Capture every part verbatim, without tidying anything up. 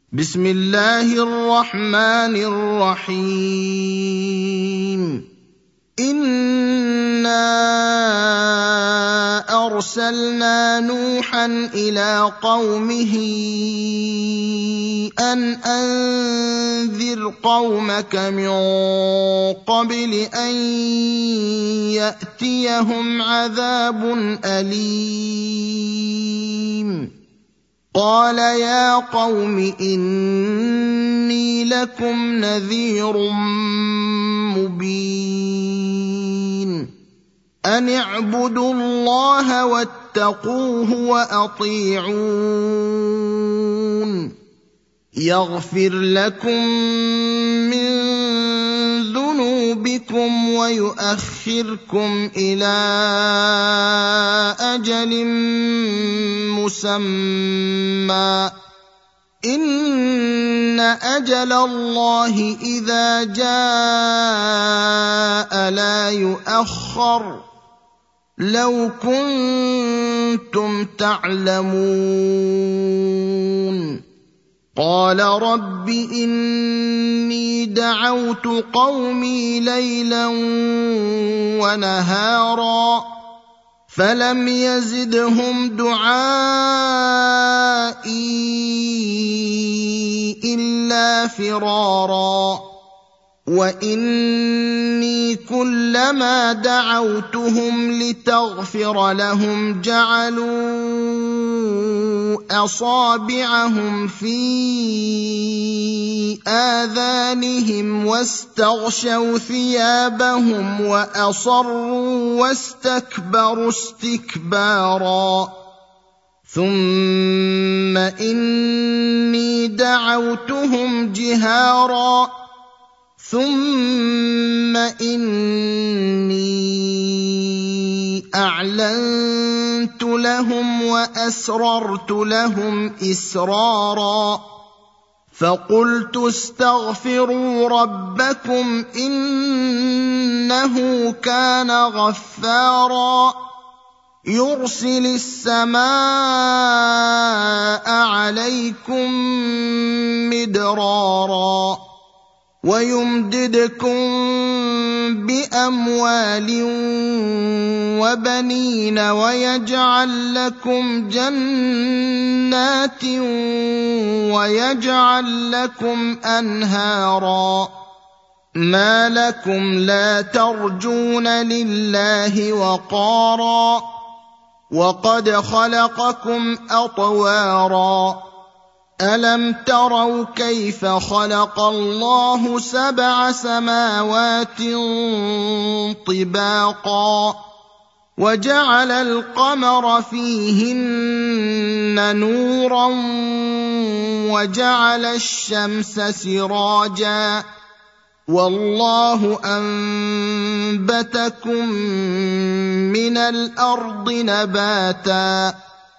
بسم الله الرحمن الرحيم إنا أرسلنا نوحا إلى قومه أن أنذر قومك من قبل أن يأتيهم عذاب أليم قال يا قوم إني لكم نذير مبين أن اعبدوا الله واتقوه وأطيعون يغفر لكم من ذنوبكم ويؤخركم إلى أجل مسمى إن أجل الله إذا جاء لا يؤخر لو كنتم تعلمون قال رب إني دعوت قومي ليلا ونهارا فلم يزدهم دعائي إلا فرارا وإني كلما دعوتهم لتغفر لهم جعلوا أصابعهم في آذانهم واستغشوا ثيابهم وأصروا واستكبروا استكبارا ثم إني دعوتهم جهارا ثم إني أعلنت لهم وأسررت لهم إسرارا فقلت استغفروا ربكم إنه كان غفارا يرسل السماء عليكم مدرارا ويمددكم بأموال وبنين ويجعل لكم جنات ويجعل لكم أنهارا ما لكم لا ترجون لله وقارا وقد خلقكم أطوارا ألم تروا كيف خلق الله سبع سماوات طباقا وجعل القمر فيهن نورا وجعل الشمس سراجا والله أنبتكم من الأرض نباتا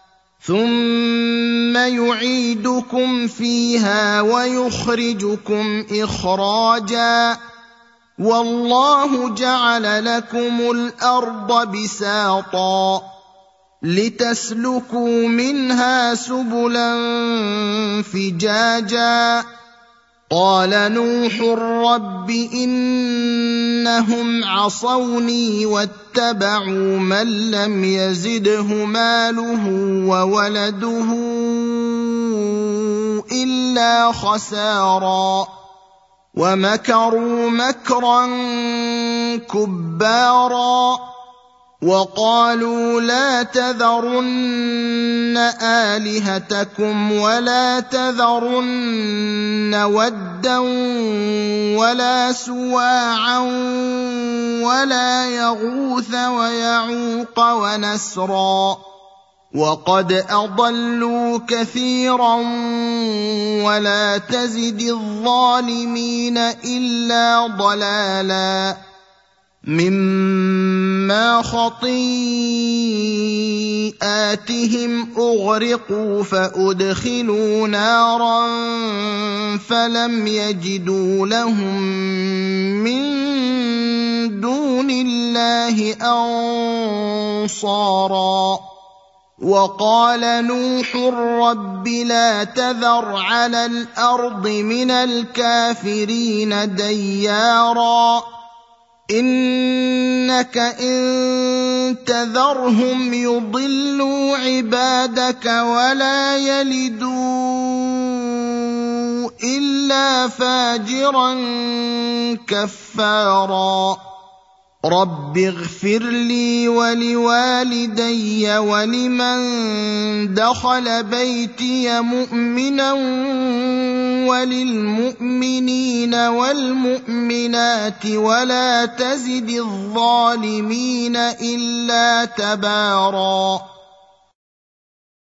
ثم يعيدكم فيها ويخرجكم إخراجا والله جعل لكم الأرض بساطا لتسلكوا منها سبلا فجاجا قال نوح رب إنهم عصوني واتبعوا من لم يزده ماله وولده إلا خسارا ومكروا مكرا كبارا وقالوا لا تذرن آلهتكم ولا تذرن ودا ولا سواعا ولا يغوث ويعوق ونسرا وقد أضلوا كثيرا ولا تزد الظالمين إلا ضلالا مما خطيئاتهم أغرقوا فأدخلوا نارا فلم يجدوا لهم من دون الله أنصارا وقال نوح رب لا تذر على الأرض من الكافرين ديارا إنك إن تذرهم يضلوا عبادك ولا يلدوا إلا فاجرا كفارا رب اغفر لي ولوالدي ولمن دخل بيتي مؤمنا وللمؤمنين والمؤمنات ولا تزد الظالمين إلا تباراً